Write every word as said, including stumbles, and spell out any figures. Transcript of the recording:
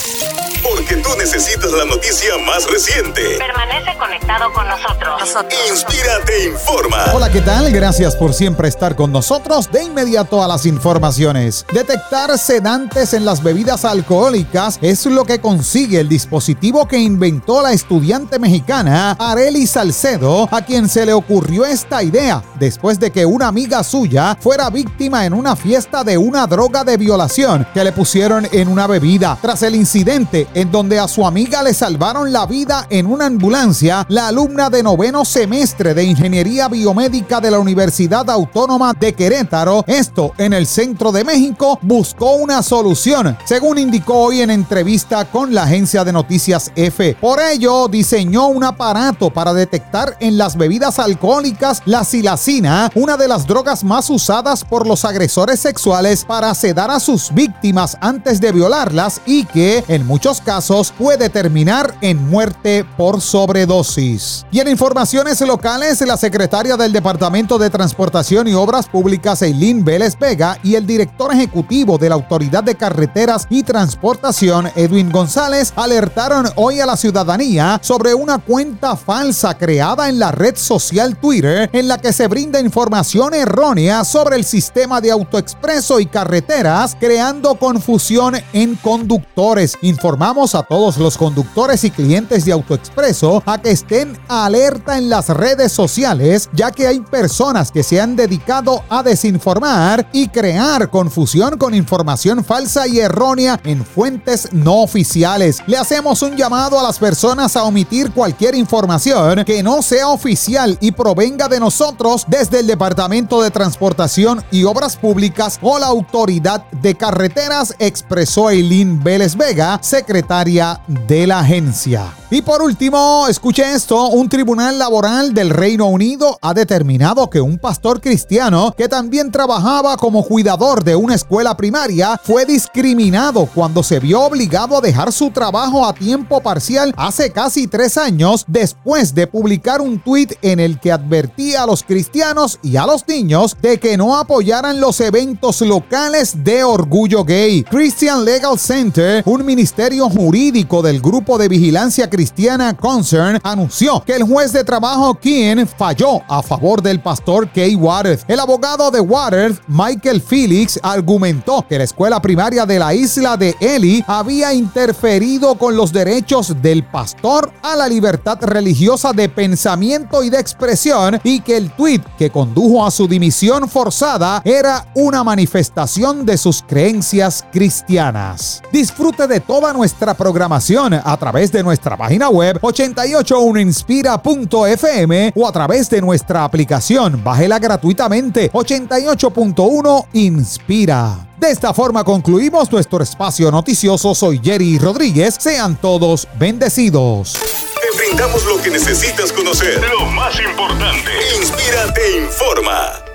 Porque tú necesitas la noticia más reciente. Permanece conectado con nosotros. nosotros. Inspira te informa. Hola, ¿qué tal? Gracias por siempre estar con nosotros. De inmediato a las informaciones. Detectar sedantes en las bebidas alcohólicas es lo que consigue el dispositivo que inventó la estudiante mexicana Arely Salcedo, a quien se le ocurrió esta idea después de que una amiga suya fuera víctima en una fiesta de una droga de violación que le pusieron en una bebida. Tras el incidente en donde a su amiga le salvaron la vida en una ambulancia, la alumna de noveno semestre de Ingeniería Biomédica de la Universidad Autónoma de Querétaro, esto en el centro de México, buscó una solución, según indicó hoy en entrevista con la agencia de noticias EFE. Por ello, diseñó un aparato para detectar en las bebidas alcohólicas la silacina, una de las drogas más usadas por los agresores sexuales para sedar a sus víctimas antes de violarlas y que, en muchos casos, puede terminar en muerte por sobredosis. Y en informaciones locales, la secretaria del Departamento de Transportación y Obras Públicas, Eileen Vélez Vega, y el director ejecutivo de la Autoridad de Carreteras y Transportación, Edwin González, alertaron hoy a la ciudadanía sobre una cuenta falsa creada en la red social Twitter en la que se brinda información errónea sobre el sistema de autoexpreso y carreteras, creando confusión en conductores. Informamos a todos los conductores y clientes de AutoExpreso a que estén alerta en las redes sociales, ya que hay personas que se han dedicado a desinformar y crear confusión con información falsa y errónea en fuentes no oficiales. Le hacemos un llamado a las personas a omitir cualquier información que no sea oficial y provenga de nosotros desde el Departamento de Transportación y Obras Públicas o la Autoridad de Carreteras, expresó Eileen Vélez Vega, secretaria de la agencia. Y por último, escuche esto, un tribunal laboral del Reino Unido ha determinado que un pastor cristiano que también trabajaba como cuidador de una escuela primaria fue discriminado cuando se vio obligado a dejar su trabajo a tiempo parcial hace casi tres años después de publicar un tuit en el que advertía a los cristianos y a los niños de que no apoyaran los eventos locales de orgullo gay. Christian Legal Center, un ministerio jurídico del grupo de vigilancia cristiana Concern, anunció que el juez de trabajo Keane falló a favor del pastor Kay Waters. El abogado de Waters, Michael Felix, argumentó que la escuela primaria de la isla de Ely había interferido con los derechos del pastor a la libertad religiosa de pensamiento y de expresión y que el tuit que condujo a su dimisión forzada era una manifestación de sus creencias cristianas. Disfrute de toda nuestra programación a través de nuestra página web ochenta y ocho punto uno inspira punto f m o a través de nuestra aplicación. Bájela gratuitamente. ochenta y ocho punto uno Inspira. De esta forma concluimos nuestro espacio noticioso. Soy Jerry Rodríguez. Sean todos bendecidos. Te brindamos lo que necesitas conocer. Lo más importante. Inspira te informa.